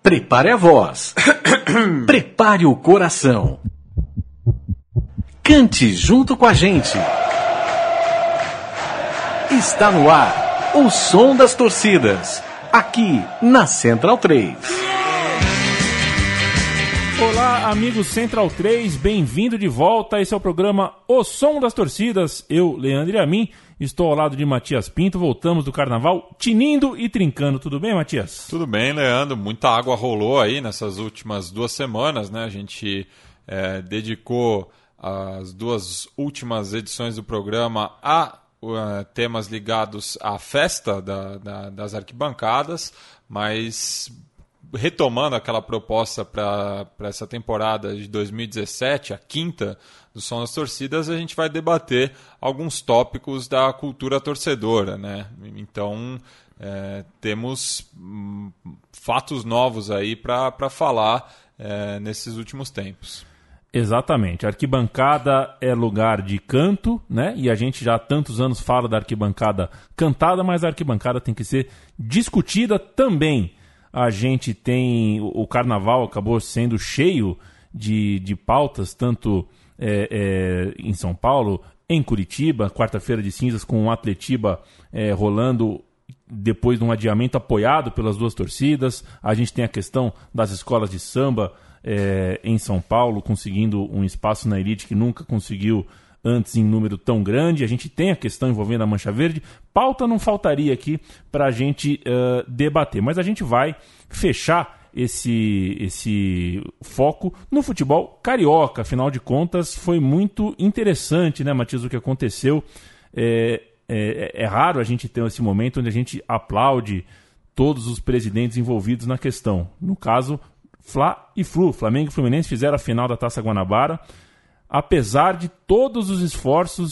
Prepare a voz. Prepare o coração. Cante junto com a gente. Está no ar o som das torcidas, aqui na Central 3. Olá, amigos Central 3, bem-vindo de volta. Esse é o programa O Som das Torcidas. Eu, Leandro Amin, estou ao lado de Matias Pinto. Voltamos do Carnaval tinindo e trincando. Tudo bem, Matias? Tudo bem, Leandro. Muita água rolou aí nessas últimas 2 semanas, né? A gente dedicou as 2 últimas edições do programa a temas ligados à festa das arquibancadas, mas retomando aquela proposta para essa temporada de 2017, a quinta do Som das Torcidas, a gente vai debater alguns tópicos da cultura torcedora, né? Então, temos fatos novos aí para falar nesses últimos tempos. Exatamente. A arquibancada é lugar de canto, né? E a gente já há tantos anos fala da arquibancada cantada, mas a arquibancada tem que ser discutida também. A gente tem... O carnaval acabou sendo cheio de pautas, tanto em São Paulo, em Curitiba, quarta-feira de cinzas, com o Atletiba rolando depois de um adiamento apoiado pelas 2 torcidas. A gente tem a questão das escolas de samba em São Paulo, conseguindo um espaço na elite que nunca conseguiu antes em número tão grande. A gente tem a questão envolvendo a Mancha Verde. Pauta não faltaria aqui para a gente debater, mas a gente vai fechar esse foco no futebol carioca. Afinal de contas, foi muito interessante, né, Matias, o que aconteceu. É raro a gente ter esse momento onde a gente aplaude todos os presidentes envolvidos na questão. No caso, Fla e Flu, Flamengo e Fluminense fizeram a final da Taça Guanabara, apesar de todos os esforços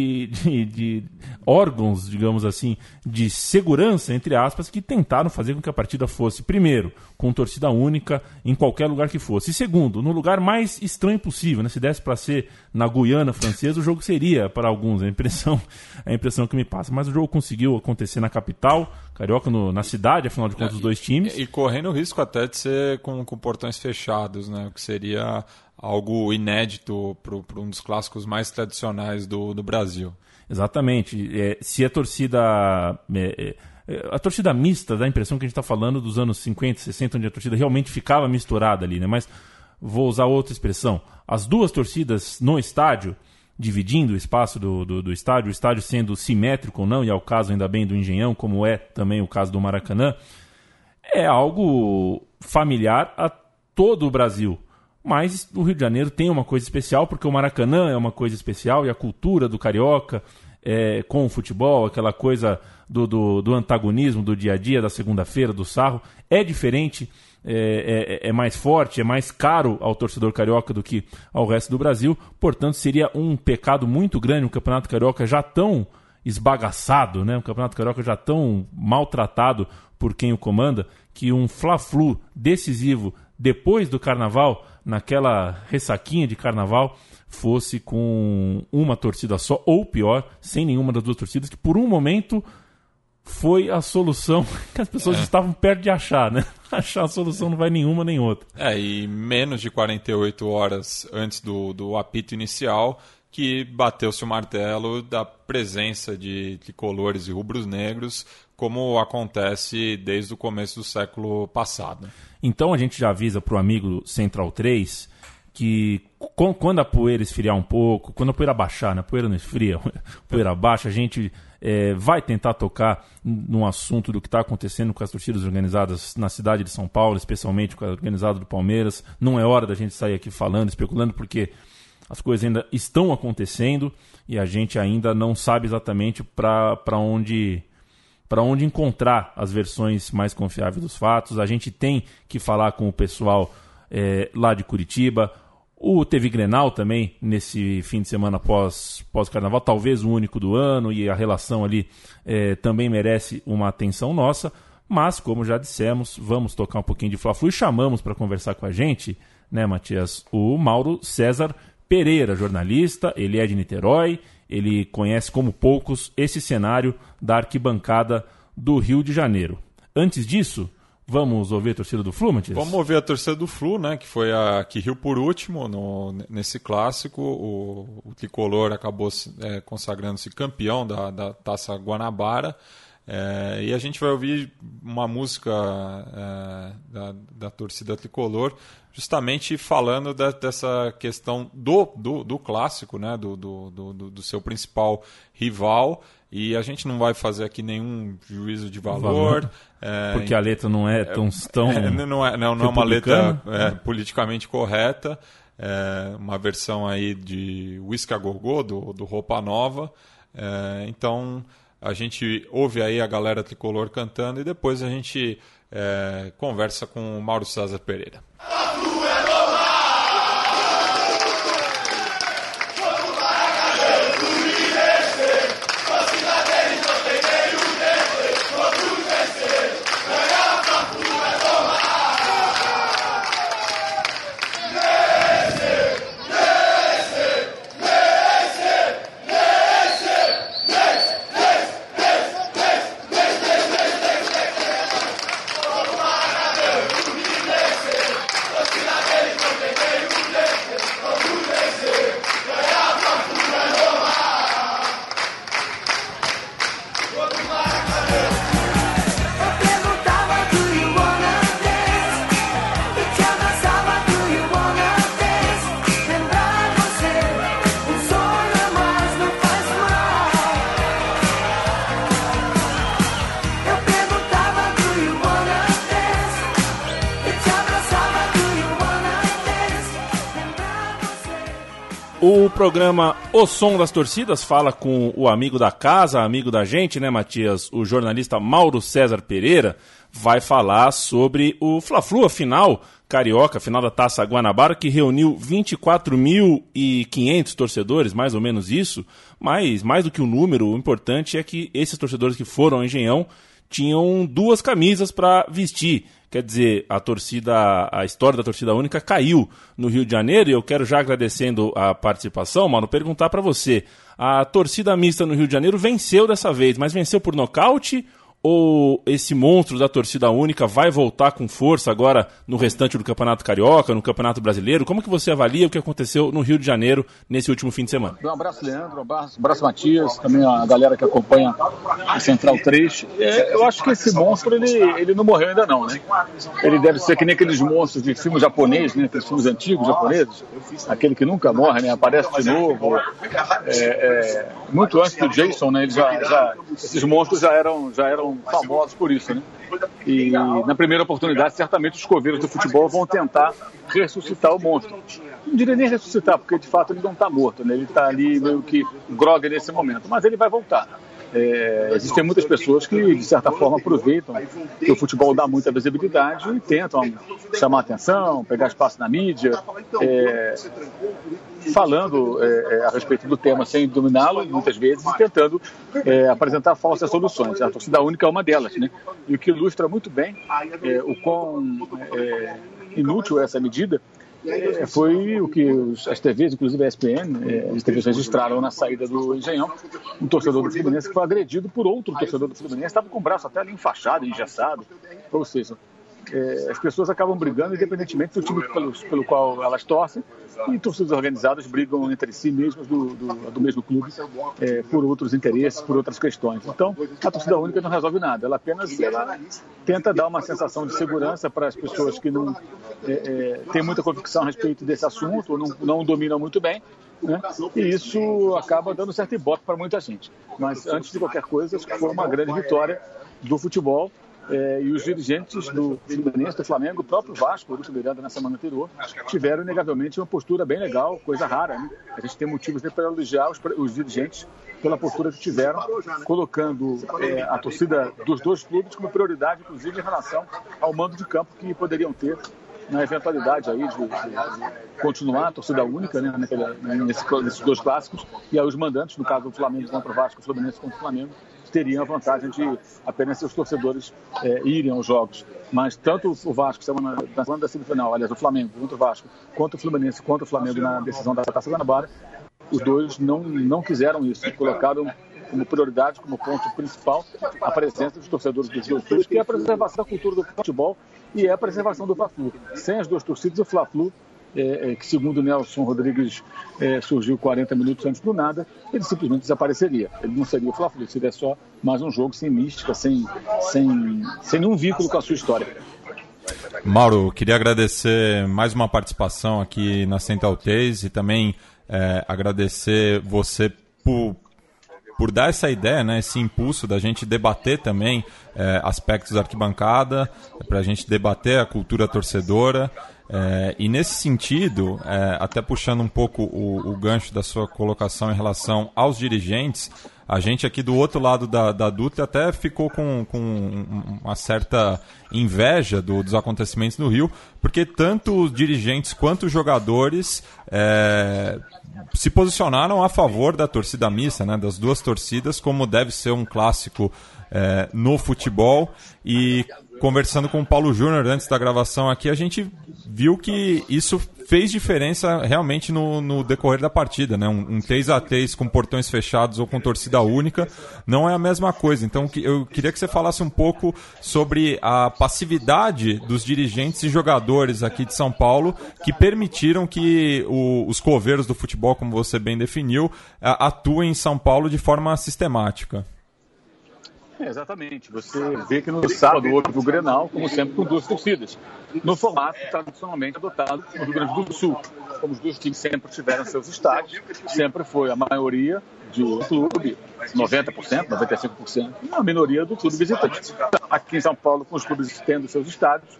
de órgãos, digamos assim, de segurança, entre aspas, que tentaram fazer com que a partida fosse, primeiro, com torcida única em qualquer lugar que fosse, e segundo, no lugar mais estranho possível, né? Se desse para ser na Guiana Francesa, o jogo seria, para alguns, a impressão que me passa, mas o jogo conseguiu acontecer na capital carioca, na cidade, afinal de contas, os 2 times. E correndo o risco até de ser com portões fechados, né? O que seria algo inédito para um dos clássicos mais tradicionais do Brasil. Exatamente. Se a torcida... a torcida mista, dá a impressão que a gente está falando dos anos 50, 60, onde a torcida realmente ficava misturada ali, né? Mas vou usar outra expressão. As 2 torcidas no estádio, dividindo o espaço do estádio, o estádio sendo simétrico ou não, e é o caso ainda bem do Engenhão, como é também o caso do Maracanã, é algo familiar a todo o Brasil. Mas o Rio de Janeiro tem uma coisa especial, porque o Maracanã é uma coisa especial, e a cultura do carioca com o futebol, aquela coisa do antagonismo do dia a dia, da segunda-feira, do sarro, é diferente, é mais forte, é mais caro ao torcedor carioca do que ao resto do Brasil. Portanto, seria um pecado muito grande, um campeonato carioca já tão esbagaçado, né? Um campeonato carioca já tão maltratado por quem o comanda, que um Fla-Flu decisivo depois do carnaval, naquela ressaquinha de carnaval, fosse com uma torcida só, ou pior, sem nenhuma das 2 torcidas, que por um momento foi a solução que as pessoas estavam perto de achar, né? Achar a solução não vai nenhuma nem outra. E menos de 48 horas antes do apito inicial, que bateu-se o martelo da presença de tricolores e rubros-negros, como acontece desde o começo do século passado. Então a gente já avisa para o amigo Central 3 que quando a poeira esfriar um pouco, quando a poeira baixar, né? A poeira não esfria, a poeira baixa, a gente vai tentar tocar num assunto do que está acontecendo com as torcidas organizadas na cidade de São Paulo, especialmente com a organizada do Palmeiras. Não é hora da gente sair aqui falando, especulando, porque as coisas ainda estão acontecendo e a gente ainda não sabe exatamente para onde encontrar as versões mais confiáveis dos fatos. A gente tem que falar com o pessoal lá de Curitiba. Teve Grenal também nesse fim de semana pós-carnaval, talvez o único do ano, e a relação ali também merece uma atenção nossa. Mas, como já dissemos, vamos tocar um pouquinho de Fla-Flu e chamamos para conversar com a gente, né, Matias, o Mauro César Pereira, jornalista. Ele é de Niterói, ele conhece como poucos esse cenário da arquibancada do Rio de Janeiro. Antes disso, Vamos ouvir a torcida do Flu, Matias? Vamos ouvir a torcida do Flu, né, que foi a que riu por último nesse clássico. O Tricolor acabou consagrando-se campeão da Taça Guanabara. E a gente vai ouvir uma música da torcida Tricolor, justamente falando dessa questão do clássico, né, do seu principal rival. E a gente não vai fazer aqui nenhum juízo de valor. Porque a letra não é tão não é uma letra politicamente correta. Uma versão aí de Whisky a Gogô, do Roupa Nova. Então a gente ouve aí a galera Tricolor cantando e depois a gente conversa com o Mauro César Pereira. O programa O Som das Torcidas fala com o amigo da casa, amigo da gente, né, Matias? O jornalista Mauro César Pereira vai falar sobre o Fla-Flu, a final carioca, a final da Taça Guanabara, que reuniu 24.500 torcedores, mais ou menos isso. Mas, mais do que o número, o importante é que esses torcedores que foram ao Engenhão tinham 2 camisas para vestir. Quer dizer, a história da torcida única caiu no Rio de Janeiro, e eu quero, já agradecendo a participação, Mauro, perguntar para você. A torcida mista no Rio de Janeiro venceu dessa vez, mas venceu por nocaute? Ou esse monstro da torcida única vai voltar com força agora no restante do Campeonato Carioca, no Campeonato Brasileiro? Como que você avalia o que aconteceu no Rio de Janeiro nesse último fim de semana? Um abraço, Leandro, um abraço, Matias, também a galera que acompanha a Central 3. Eu acho que esse monstro, ele não morreu ainda não, né? Ele deve ser que nem aqueles monstros de filme japonês, né? Aqueles filmes antigos japoneses, aquele que nunca morre, né? Aparece de novo. Muito antes do Jason, né? Esses monstros já eram famosos por isso, né? E na primeira oportunidade, certamente os coveiros do futebol vão tentar ressuscitar o monstro. Não diria nem ressuscitar, porque de fato ele não está morto, né? Ele está ali meio que grogue nesse momento, mas ele vai voltar. Existem muitas pessoas que, de certa forma, aproveitam que o futebol dá muita visibilidade e tentam chamar atenção, pegar espaço na mídia, falando a respeito do tema sem dominá-lo, muitas vezes, e tentando apresentar falsas soluções. A torcida única é uma delas, né? E o que ilustra muito bem o quão inútil é essa medida foi o que as TVs, inclusive a ESPN, as TVs registraram na saída do Engenhão, um torcedor do Fluminense que foi agredido por outro torcedor do Fluminense, estava com o braço até ali enfaixado, engessado, ou seja, as pessoas acabam brigando independentemente do time pelo qual elas torcem, e torcidas organizadas brigam entre si mesmas do mesmo clube por outros interesses, por outras questões. Então, a torcida única não resolve nada, ela apenas tenta dar uma sensação de segurança para as pessoas que não têm muita convicção a respeito desse assunto, ou não dominam muito bem, né? E isso acaba dando certo ibope para muita gente. Mas, antes de qualquer coisa, acho que foi uma grande vitória do futebol. E os dirigentes do Fluminense, do Flamengo, o próprio Vasco, o Lúcio Miranda, na semana anterior, tiveram, inegavelmente, uma postura bem legal, coisa rara, né? A gente tem motivos para elogiar os dirigentes pela postura que tiveram, colocando a torcida dos dois clubes como prioridade, inclusive em relação ao mando de campo que poderiam ter na eventualidade aí de continuar a torcida única, né, nesses dois clássicos, e aí os mandantes, no caso do Flamengo contra o Vasco, o Fluminense contra o Flamengo, teriam a vantagem de apenas seus torcedores irem aos jogos. Mas tanto o Vasco, na semana da semifinal, aliás, o Flamengo contra o Vasco, quanto o Fluminense contra o Flamengo na decisão da Taça Guanabara, os dois não quiseram isso, colocaram como prioridade, como ponto principal, a presença dos torcedores dos dois clubes, que é a preservação da cultura do futebol e é a preservação do Fla-Flu. Sem as duas torcidas, o Fla-Flu, que segundo o Nelson Rodrigues surgiu 40 minutos antes do nada, ele simplesmente desapareceria. Ele não seria o Fla-Flu, seria só mais um jogo sem mística, sem nenhum vínculo com a sua história. Mauro, queria agradecer mais uma participação aqui na Central 3 e também agradecer você por dar essa ideia, né, esse impulso da gente debater também aspectos da arquibancada, para a gente debater a cultura torcedora. E nesse sentido, até puxando um pouco o gancho da sua colocação em relação aos dirigentes, a gente aqui do outro lado da Dutra até ficou com uma certa inveja dos acontecimentos no Rio, porque tanto os dirigentes quanto os jogadores se posicionaram a favor da torcida mista, né, das duas torcidas, como deve ser um clássico no futebol. E conversando com o Paulo Júnior antes da gravação aqui, a gente viu que isso fez diferença realmente no decorrer da partida, né? Um 3-3 com portões fechados ou com torcida única não é a mesma coisa. Então eu queria que você falasse um pouco sobre a passividade dos dirigentes e jogadores aqui de São Paulo que permitiram que os coveiros do futebol, como você bem definiu, atuem em São Paulo de forma sistemática. Exatamente. Você vê que no sábado houve o Grenal, como sempre, com duas torcidas, no formato tradicionalmente adotado no Rio Grande do Sul. Como os dois times sempre tiveram seus estádios, sempre foi a maioria do clube, 90%, 95%, e a minoria do clube visitante. Aqui em São Paulo, com os clubes tendo seus estádios,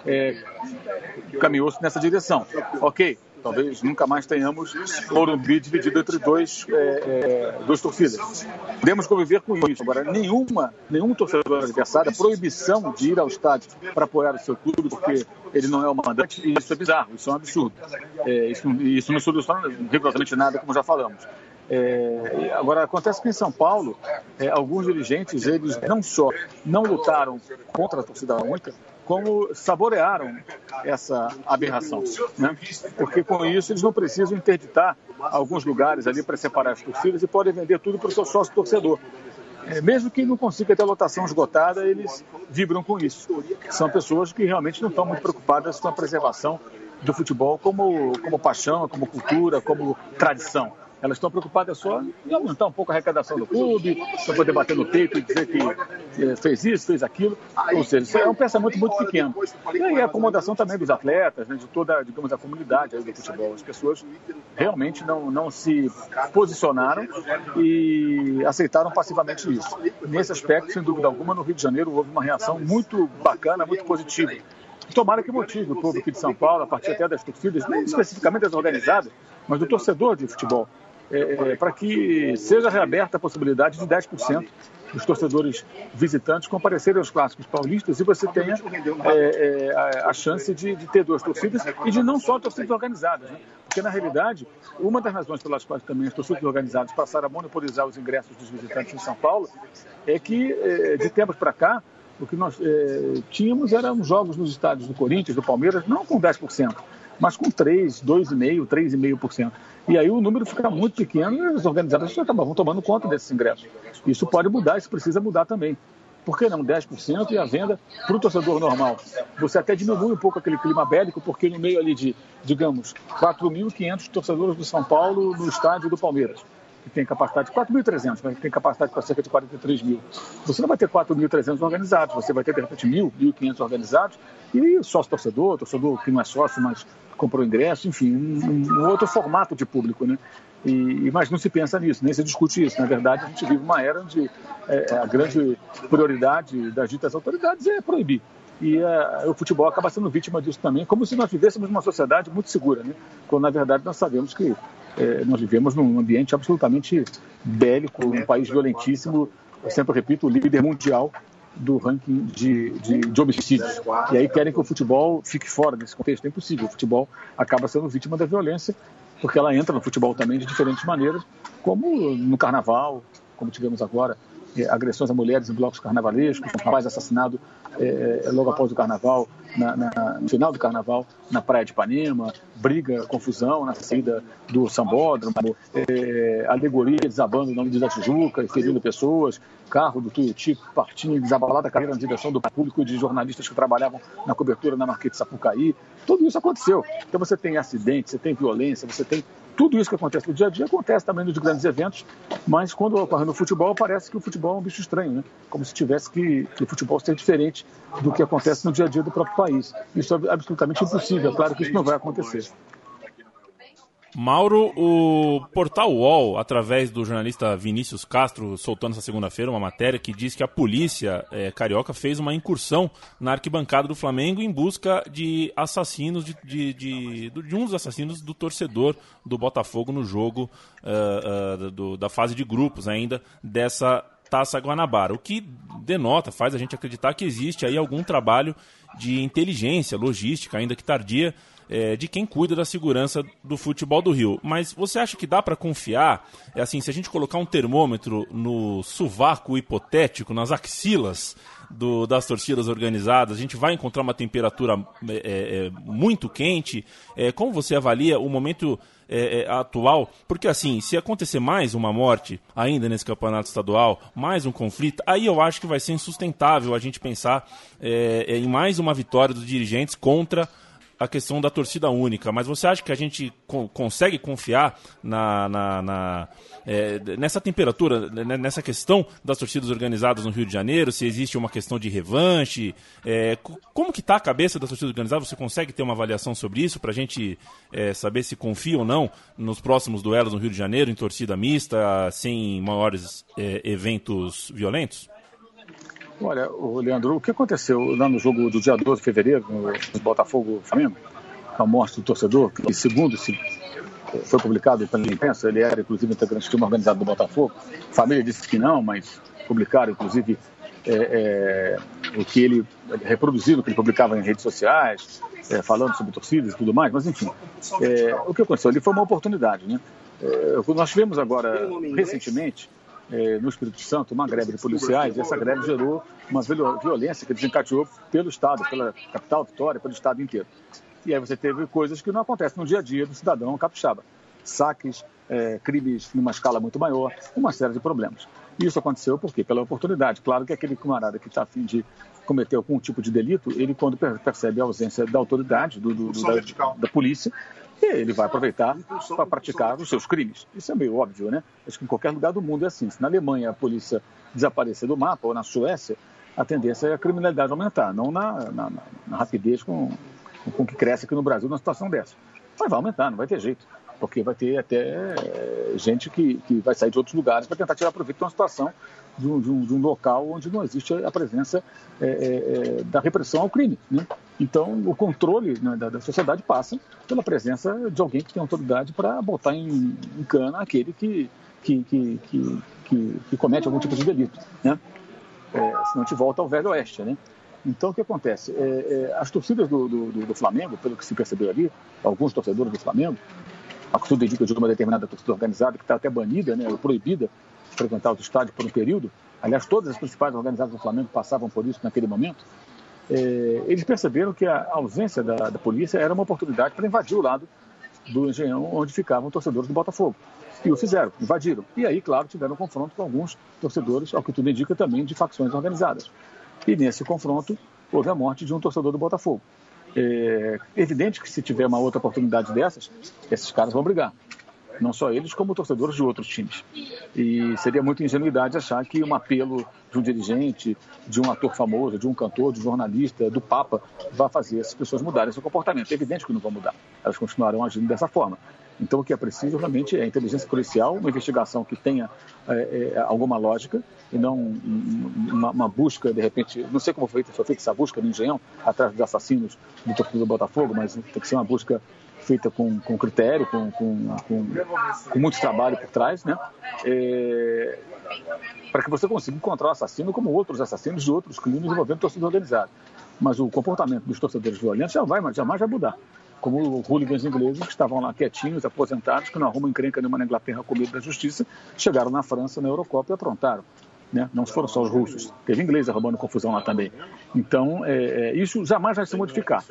caminhou-se nessa direção. Ok. Talvez nunca mais tenhamos Morumbi dividido entre duas torcidas. Podemos conviver com isso. Agora, nenhum torcedor adversário, a proibição de ir ao estádio para apoiar o seu clube, porque ele não é o mandante, isso é bizarro, isso é um absurdo. Isso não soluciona rigorosamente nada, como já falamos. Agora, acontece que em São Paulo, alguns dirigentes, eles não só não lutaram contra a torcida única, como saborearam essa aberração, né? Porque com isso eles não precisam interditar alguns lugares ali para separar as torcidas e podem vender tudo para o seu sócio torcedor. Mesmo que não consiga ter a lotação esgotada, eles vibram com isso. São pessoas que realmente não estão muito preocupadas com a preservação do futebol como paixão, como cultura, como tradição. Elas estão preocupadas só em aumentar um pouco a arrecadação do clube, para poder bater no peito e dizer que fez isso, fez aquilo. Ou seja, isso é um pensamento muito pequeno. E aí a acomodação também dos atletas, né, de toda, digamos, a comunidade aí do futebol. As pessoas realmente não se posicionaram e aceitaram passivamente isso. Nesse aspecto, sem dúvida alguma, no Rio de Janeiro houve uma reação muito bacana, muito positiva. Tomara que motive o povo aqui de São Paulo, a partir até das torcidas, não especificamente das organizadas, mas do torcedor de futebol, para que seja reaberta a possibilidade de 10% dos torcedores visitantes comparecerem aos clássicos paulistas e você tenha a chance de ter duas torcidas e de não só torcidas organizadas, né? Porque, na realidade, uma das razões pelas quais também as torcidas organizadas passaram a monopolizar os ingressos dos visitantes em São Paulo é que, de tempos para cá, o que nós tínhamos eram jogos nos estádios do Corinthians, do Palmeiras, não com 10%, mas com 3%, 2,5%, 3,5%. E aí o número fica muito pequeno e as organizadas acabavam tomando conta desses ingressos. Isso pode mudar, isso precisa mudar também. Por que não 10% e a venda para o torcedor normal? Você até diminui um pouco aquele clima bélico, porque no meio ali de, digamos, 4.500 torcedores do São Paulo no estádio do Palmeiras, que tem capacidade de 4.300, mas tem capacidade para cerca de 43 mil. Você não vai ter 4.300 organizados, você vai ter, de repente, 1.500 organizados e sócio-torcedor, torcedor que não é sócio, mas comprou ingresso, enfim, um outro formato de público, né? Mas não se pensa nisso, nem se discute isso. Na verdade, a gente vive uma era onde a grande prioridade das ditas autoridades é proibir. E o futebol acaba sendo vítima disso também, como se nós vivêssemos numa sociedade muito segura, né? Quando, na verdade, nós sabemos que nós vivemos num ambiente absolutamente bélico, um país violentíssimo, eu sempre repito, o líder mundial do ranking de homicídios. E aí querem que o futebol fique fora desse contexto. É impossível. O futebol acaba sendo vítima da violência, porque ela entra no futebol também de diferentes maneiras, como no carnaval, como tivemos agora agressões a mulheres em blocos carnavalescos, um rapaz assassinado logo após o carnaval, no final do carnaval, na praia de Ipanema, briga, confusão na saída do sambódromo, alegoria desabando no nome da Tijuca e ferindo pessoas, carro do Tuiuti partindo desabalada a carreira na direção do público e de jornalistas que trabalhavam na cobertura na Marquês de Sapucaí. Tudo isso aconteceu. Então você tem acidentes, você tem violência, você tem tudo isso que acontece no dia a dia, acontece também nos grandes eventos, mas quando ocorre no futebol, parece que o futebol é um bicho estranho, né? Como se tivesse que o futebol ser diferente do que acontece no dia a dia do próprio país. Isso é absolutamente impossível, é claro que isso não vai acontecer. Mauro, o portal UOL, através do jornalista Vinícius Castro, soltou nessa segunda-feira uma matéria que diz que a polícia carioca fez uma incursão na arquibancada do Flamengo em busca de assassinos, de um dos assassinos do torcedor do Botafogo no jogo da fase de grupos ainda dessa Taça Guanabara, o que faz a gente acreditar que existe aí algum trabalho de inteligência, logística, ainda que tardia, de quem cuida da segurança do futebol do Rio. Mas você acha que dá para confiar? Se a gente colocar um termômetro no sovaco hipotético, nas axilas das torcidas organizadas, a gente vai encontrar uma temperatura muito quente? Como você avalia o momento atual? Porque se acontecer mais uma morte ainda nesse campeonato estadual, mais um conflito, aí eu acho que vai ser insustentável a gente pensar em mais uma vitória dos dirigentes contra a questão da torcida única. Mas você acha que a gente consegue confiar nessa temperatura, nessa questão das torcidas organizadas no Rio de Janeiro? Se existe uma questão de revanche? Como que está a cabeça das torcidas organizadas? Você consegue ter uma avaliação sobre isso para a gente saber se confia ou não nos próximos duelos no Rio de Janeiro, em torcida mista, sem maiores eventos violentos? Olha, Leandro, o que aconteceu lá no jogo do dia 12 de fevereiro, no Botafogo-Flamengo, a morte do torcedor, que segundo foi publicado pela imprensa, ele era inclusive integrante do time organizado do Botafogo, a família disse que não, mas publicaram inclusive o que ele reproduziu, o que ele publicava em redes sociais, falando sobre torcidas e tudo mais, mas enfim, o que aconteceu ali foi uma oportunidade, né? Nós tivemos agora, recentemente, no Espírito Santo, uma greve de policiais, e essa greve gerou uma violência que desencadeou pelo Estado, pela capital Vitória, pelo Estado inteiro. E aí você teve coisas que não acontecem no dia a dia do cidadão capixaba. Saques, crimes numa escala muito maior, uma série de problemas. E isso aconteceu por quê? Pela oportunidade. Claro que aquele camarada que está a fim de cometer algum tipo de delito, ele quando percebe a ausência da autoridade, da polícia, ele vai aproveitar para praticar os seus crimes. Isso é meio óbvio, né? Acho que em qualquer lugar do mundo é assim. Se na Alemanha a polícia desaparecer do mapa, ou na Suécia, a tendência é a criminalidade aumentar, não na rapidez com que cresce aqui no Brasil numa situação dessa. Mas vai aumentar, não vai ter jeito, porque vai ter até gente que vai sair de outros lugares para tentar tirar proveito de uma situação de um local onde não existe a presença da repressão ao crime, né? Então, o controle, né, da sociedade passa pela presença de alguém que tem autoridade para botar em cana aquele que comete algum tipo de delito, né? Senão a gente volta ao Velho Oeste, né? Então, o que acontece? As torcidas do Flamengo, pelo que se percebeu ali, alguns torcedores do Flamengo, tudo indica de uma determinada torcida organizada que está até banida, né, ou proibida de frequentar os estádios por um período. Aliás, todas as principais organizadas do Flamengo passavam por isso naquele momento. Eles perceberam que a ausência da polícia era uma oportunidade para invadir o lado do Engenhão, onde ficavam torcedores do Botafogo. E o fizeram, invadiram. E aí, claro, tiveram um confronto com alguns torcedores, ao que tudo indica também, de facções organizadas. E nesse confronto, houve a morte de um torcedor do Botafogo. É evidente que se tiver uma outra oportunidade dessas, esses caras vão brigar. Não só eles, como torcedores de outros times. E seria muita ingenuidade achar que um apelo de um dirigente, de um ator famoso, de um cantor, de um jornalista, do Papa, vai fazer essas pessoas mudarem seu comportamento. É evidente que não vão mudar. Elas continuarão agindo dessa forma. Então, o que é preciso realmente é inteligência policial, uma investigação que tenha alguma lógica, e não uma busca, de repente, não sei como foi feita essa busca no Engenhão, atrás dos assassinos do torcedor do Botafogo, mas tem que ser uma busca feita com critério, com muito trabalho por trás, né? Para que você consiga encontrar o assassino como outros assassinos de outros crimes envolvendo torcida organizada. Mas o comportamento dos torcedores violentos jamais vai mudar. Como os hooligans ingleses que estavam lá quietinhos, aposentados, que não arrumam encrenca nenhuma na Inglaterra com medo da justiça, chegaram na França, na Eurocopa e aprontaram. né? Não foram só os russos, teve inglês arrumando confusão lá também. Então, isso jamais vai se modificar.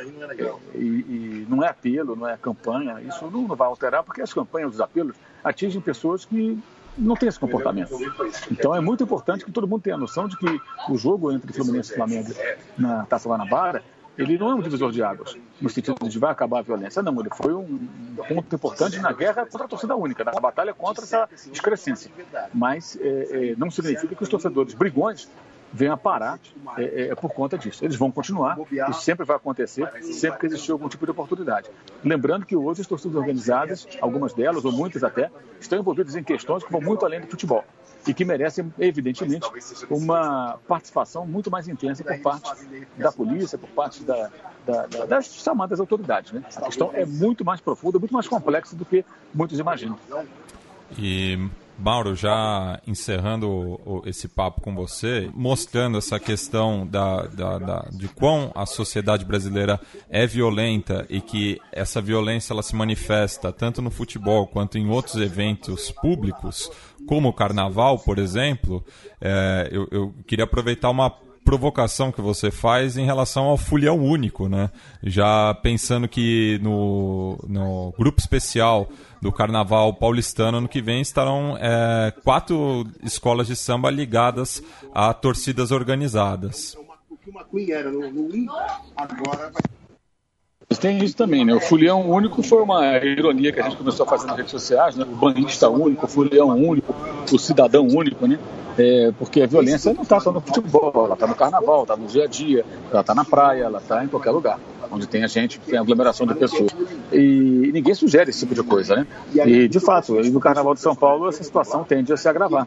E não é apelo, não é campanha, isso não vai alterar, porque as campanhas, os apelos, atingem pessoas que não têm esse comportamento. Então, é muito importante que todo mundo tenha a noção de que o jogo entre Fluminense e Flamengo na Taça Guanabara, ele não é um divisor de águas, no sentido de vai acabar a violência. Não, ele foi um ponto importante na guerra contra a torcida única, na batalha contra essa excrescência. Mas não significa que os torcedores brigões venham a parar por conta disso. Eles vão continuar, isso sempre vai acontecer, sempre que existir algum tipo de oportunidade. Lembrando que hoje as torcidas organizadas, algumas delas, ou muitas até, estão envolvidas em questões que vão muito além do futebol e que merecem, evidentemente, uma participação muito mais intensa por parte da polícia, por parte das chamadas autoridades, né? A questão é muito mais profunda, muito mais complexa do que muitos imaginam. E, Mauro, já encerrando esse papo com você, mostrando essa questão de quão a sociedade brasileira é violenta e que essa violência ela se manifesta tanto no futebol quanto em outros eventos públicos, como o Carnaval, por exemplo, eu queria aproveitar uma provocação que você faz em relação ao Folião Único, né? Já pensando que no grupo especial do Carnaval paulistano ano que vem estarão 4 escolas de samba ligadas a torcidas organizadas. O que o McQueen era no Win, agora vai... Tem isso também, né? O Folião Único foi uma ironia que a gente começou a fazer nas redes sociais, né? O banhista único, o Folião Único, o cidadão único, né? Porque a violência não está só no futebol, ela está no carnaval, está no dia a dia, ela está na praia, ela está em qualquer lugar, onde tem a gente, tem aglomeração de pessoas. E ninguém sugere esse tipo de coisa, né? E, de fato, no Carnaval de São Paulo, essa situação tende a se agravar.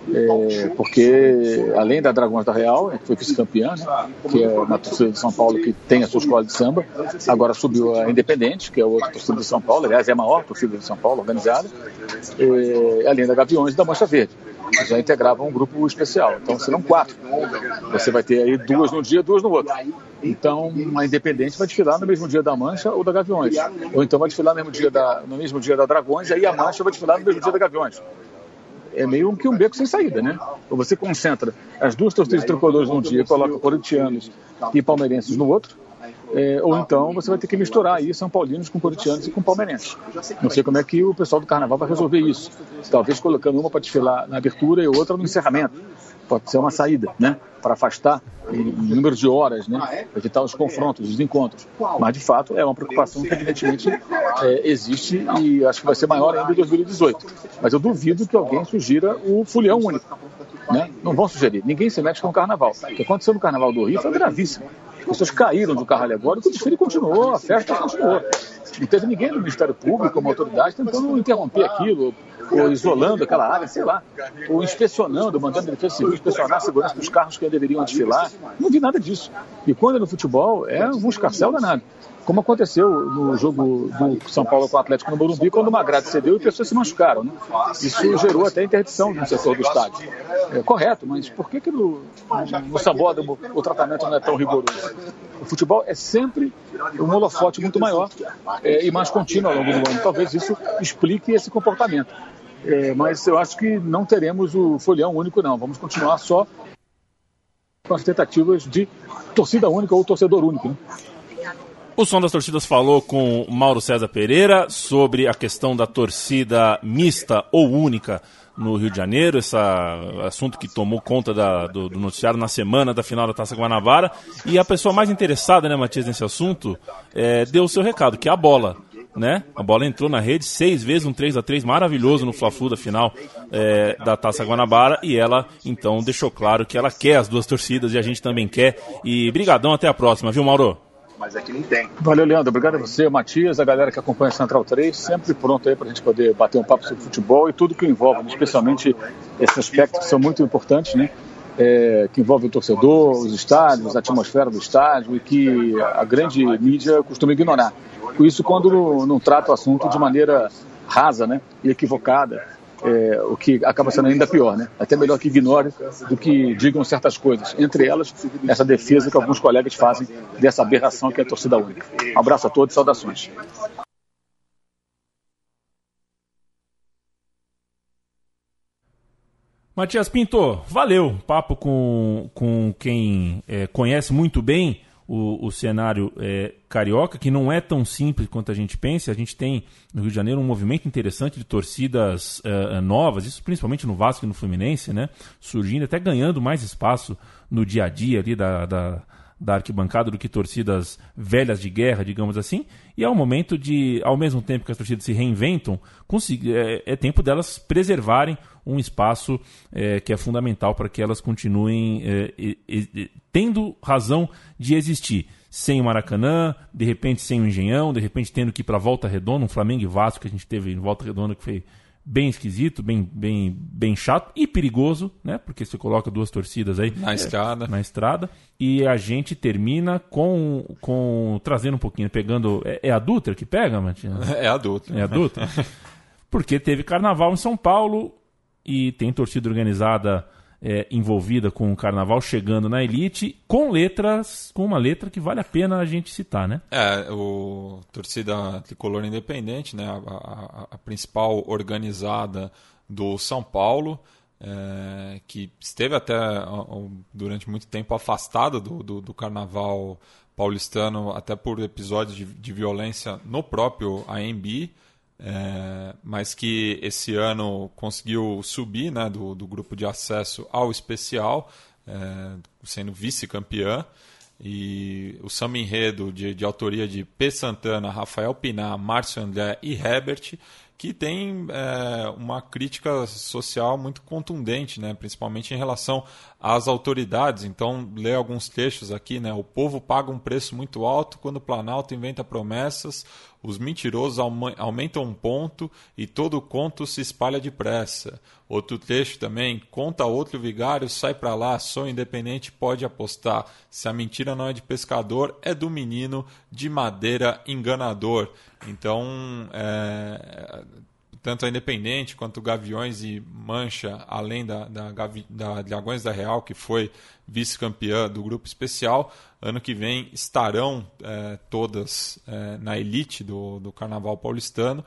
Porque, além da Dragões da Real, que foi vice-campeã, né? Que é uma torcida de São Paulo que tem a sua escola de samba, agora subiu a Independente, que é outra torcida de São Paulo, aliás, é a maior torcida de São Paulo organizada, além da Gaviões e da Mancha Verde, que já integravam um grupo especial. Então serão 4. Você vai ter aí 2 num dia, 2 no outro. Então a Independente vai desfilar no mesmo dia da Mancha ou da Gaviões. Ou então vai desfilar no mesmo dia da Dragões, e aí a Mancha vai desfilar no mesmo dia da Gaviões. É meio que um beco sem saída, né? Ou você concentra as 2 torcidas tricolores num dia e coloca corintianos e palmeirenses no outro, ou então você vai ter que misturar aí São Paulinos com corintianos e com palmeirenses. Não sei como é que o pessoal do Carnaval vai resolver isso. Talvez colocando uma para desfilar na abertura e outra no encerramento. Pode ser uma saída, né? Para afastar o número de horas, né? Evitar os confrontos, os encontros. Mas, de fato, é uma preocupação que, evidentemente, existe e acho que vai ser maior ainda em 2018. Mas eu duvido que alguém sugira o Folião Único, né? Não vão sugerir. Ninguém se mete com o Carnaval. O que aconteceu no Carnaval do Rio foi gravíssimo. As pessoas caíram do carro alegórico, o desfile continuou, a festa continuou. Não teve ninguém do Ministério Público, uma autoridade, tentando interromper aquilo, ou isolando aquela área, sei lá, ou inspecionando, mandando a Defesa Civil inspecionar a segurança dos carros que deveriam desfilar. Não vi nada disso. E quando é no futebol, é um escarcéu danado. Como aconteceu no jogo do São Paulo com o Atlético no Morumbi, quando uma grade cedeu e pessoas se machucaram, né? Isso gerou até interdição no setor do estádio. É correto, mas por que no sambódromo o tratamento não é tão rigoroso? O futebol é sempre um holofote muito maior e mais contínuo ao longo do ano. Talvez isso explique esse comportamento. Mas eu acho que não teremos o Folião Único, não. Vamos continuar só com as tentativas de torcida única ou torcedor único, né? O Som das Torcidas falou com Mauro César Pereira sobre a questão da torcida mista ou única no Rio de Janeiro, esse assunto que tomou conta do noticiário na semana da final da Taça Guanabara. E a pessoa mais interessada, né, Matias, nesse assunto, deu o seu recado, que é a bola. Né? A bola entrou na rede 6 vezes, um 3-3 maravilhoso no Fla-Flu da final da Taça Guanabara, e ela então deixou claro que ela quer as 2 torcidas e a gente também quer. E brigadão, até a próxima, viu, Mauro? Mas aqui não tem. Valeu, Leandro. Obrigado a você, Matias, a galera que acompanha a Central 3, sempre pronto aí para a gente poder bater um papo sobre futebol e tudo que envolve, especialmente esses aspectos que são muito importantes, né? Que envolve o torcedor, os estádios, a atmosfera do estádio e que a grande mídia costuma ignorar. Com isso, quando não trata o assunto de maneira rasa, né, e equivocada, o que acaba sendo ainda pior, né? Até melhor que ignore do que digam certas coisas. Entre elas, essa defesa que alguns colegas fazem dessa aberração que é a torcida única. Um abraço a todos e saudações. Matias Pinto, valeu. Papo com quem conhece muito bem o cenário carioca, que não é tão simples quanto a gente pensa. A gente tem no Rio de Janeiro um movimento interessante de torcidas novas, isso principalmente no Vasco e no Fluminense, né? Surgindo, até ganhando mais espaço no dia a dia ali da arquibancada do que torcidas velhas de guerra, digamos assim, e é um momento de, ao mesmo tempo que as torcidas se reinventam, é tempo delas preservarem um espaço que é fundamental para que elas continuem tendo razão de existir. Sem o Maracanã, de repente sem o Engenhão, de repente tendo que ir para Volta Redonda, um Flamengo e Vasco que a gente teve em Volta Redonda que foi bem esquisito, bem chato e perigoso, né? Porque você coloca duas torcidas aí na estrada. E a gente termina com trazendo um pouquinho, pegando... É a Dutra que pega, Matias? É a Dutra. É a Dutra. Porque teve carnaval em São Paulo e tem torcida organizada envolvida com o carnaval chegando na elite, com uma letra que vale a pena a gente citar, né? O torcida tricolor independente, né? A principal organizada do São Paulo, que esteve até durante muito tempo afastada do carnaval paulistano, até por episódios de violência no próprio AMB, mas que esse ano conseguiu subir, né, do grupo de acesso ao especial, sendo vice-campeã. E o samba enredo de autoria de P. Santana, Rafael Pinar, Márcio André e Herbert, que tem uma crítica social muito contundente, né, principalmente em relação às autoridades. Então, lê alguns trechos aqui, né? O povo paga um preço muito alto quando o Planalto inventa promessas, os mentirosos aumentam um ponto e todo conto se espalha depressa. Outro trecho também, conta outro vigário, sai pra lá, sou independente, pode apostar. Se a mentira não é de pescador, é do menino de madeira enganador. Então, tanto a Independente quanto o Gaviões e Mancha, além da Dragões da Real, que foi vice-campeã do grupo especial, ano que vem estarão todas na elite do Carnaval paulistano,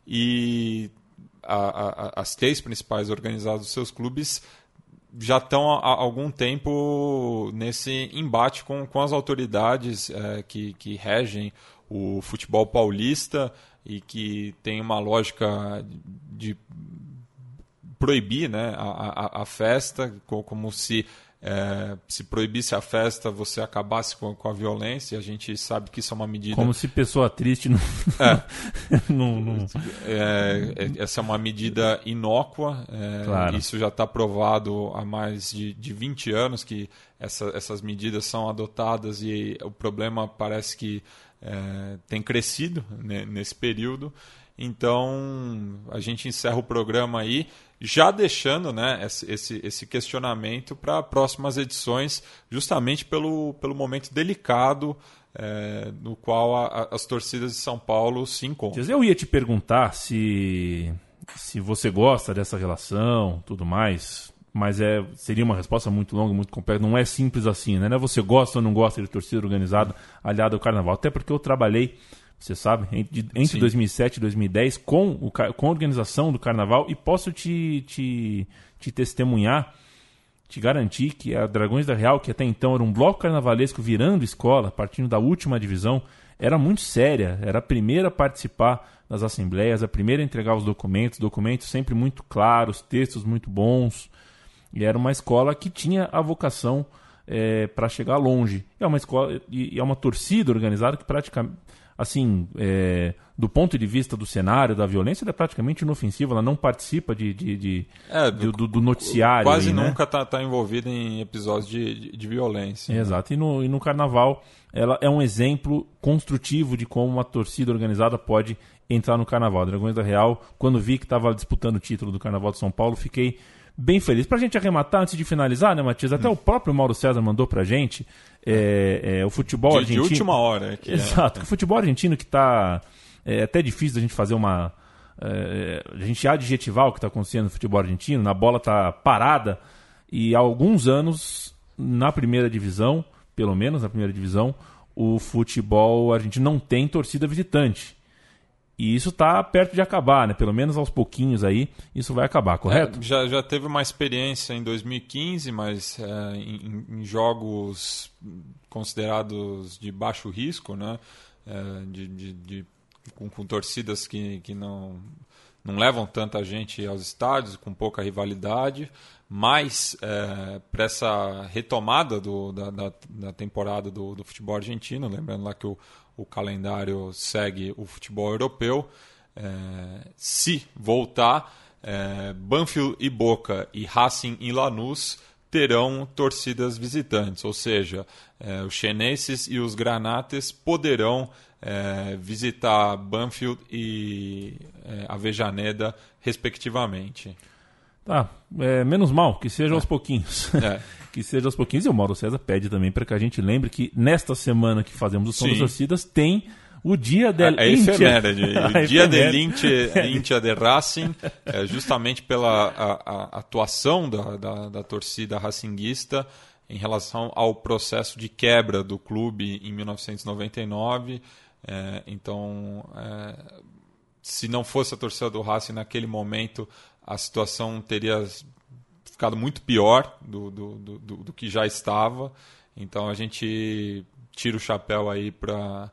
e as três principais organizadas dos seus clubes já estão há algum tempo nesse embate com as autoridades que regem o futebol paulista e que tem uma lógica de proibir, né, a festa, como se proibisse a festa você acabasse com a violência. A gente sabe que isso é uma medida... Como se pessoa triste não... Essa é uma medida inócua. Claro. Isso já está provado há mais de 20 anos que essas medidas são adotadas, e o problema parece que tem crescido, né, nesse período. Então a gente encerra o programa aí, já deixando, né, esse questionamento para próximas edições, justamente pelo momento delicado no qual as torcidas de São Paulo se encontram. Eu ia te perguntar se você gosta dessa relação, tudo mais, mas seria uma resposta muito longa, muito complexa. Não é simples assim, né? Não é você gosta ou não gosta de torcida organizada aliada ao carnaval. Até porque eu trabalhei, você sabe, entre 2007 e 2010 com a organização do carnaval, e posso te testemunhar, te garantir que a Dragões da Real, que até então era um bloco carnavalesco virando escola, partindo da última divisão, era muito séria, era a primeira a participar das assembleias, a primeira a entregar os documentos sempre muito claros, textos muito bons, e era uma escola que tinha a vocação para chegar longe. É uma escola e é uma torcida organizada que praticamente, assim, do ponto de vista do cenário, da violência, ela é praticamente inofensiva, ela não participa do noticiário. Quase aí, nunca né? tá envolvida em episódios de violência. Exato, e no carnaval ela é um exemplo construtivo de como uma torcida organizada pode entrar no carnaval. Dragões da Real, quando vi que estava disputando o título do Carnaval de São Paulo, fiquei bem feliz. Pra gente arrematar, antes de finalizar, né, Matias? Até o próprio Mauro César mandou pra gente o futebol argentino. De última hora. Exato. O futebol argentino que tá... É até difícil da gente fazer uma... a gente adjetivar o que está acontecendo no futebol argentino. A bola tá parada. E há alguns anos, na primeira divisão, pelo menos na primeira divisão, o futebol argentino não tem torcida visitante. E isso está perto de acabar, né? Pelo menos aos pouquinhos aí, isso vai acabar, correto? Já teve uma experiência em 2015, mas em jogos considerados de baixo risco, né? Com torcidas que não levam tanta gente aos estádios, com pouca rivalidade, mas para essa retomada da temporada do futebol argentino, lembrando lá que o calendário segue o futebol europeu, se voltar, Banfield e Boca e Racing e Lanús terão torcidas visitantes, ou seja, os Xenenses e os Granates poderão visitar Banfield e Avejaneda, respectivamente. Tá, menos mal, que seja aos pouquinhos. Que seja aos pouquinhos. E o Mauro César pede também para que a gente lembre que nesta semana que fazemos o Som das Torcidas tem o Dia del Hincha. O Dia del Hincha de Racing, justamente pela atuação da torcida racinguista em relação ao processo de quebra do clube em 1999. Então, se não fosse a torcida do Racing naquele momento, a situação teria ficado muito pior do que já estava. Então a gente tira o chapéu aí para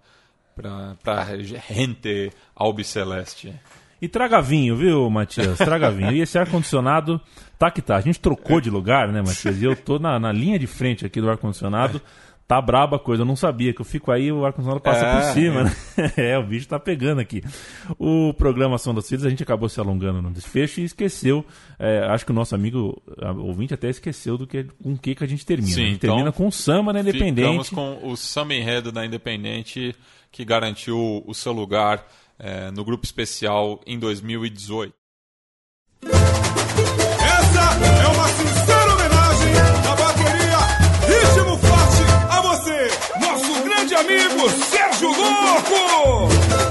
gente albiceleste. E traga vinho, viu, Matias? Traga vinho. E esse ar-condicionado tá que tá. A gente trocou de lugar, né, Matias? E eu tô na linha de frente aqui do ar-condicionado. Tá braba a coisa, eu não sabia que eu fico aí o ar-condicionado passa por cima, né? O bicho tá pegando aqui. O programa Som das Torcidas, a gente acabou se alongando no desfecho e esqueceu, acho que o nosso amigo ouvinte até esqueceu com o que a gente termina. Sim, a gente termina com o samba na Independente. Ficamos com o samba enredo da Independente, que garantiu o seu lugar no grupo especial em 2018. Essa é uma sincera homenagem da bateria Ritmo Forte a você, nosso grande amigo Sérgio Louco!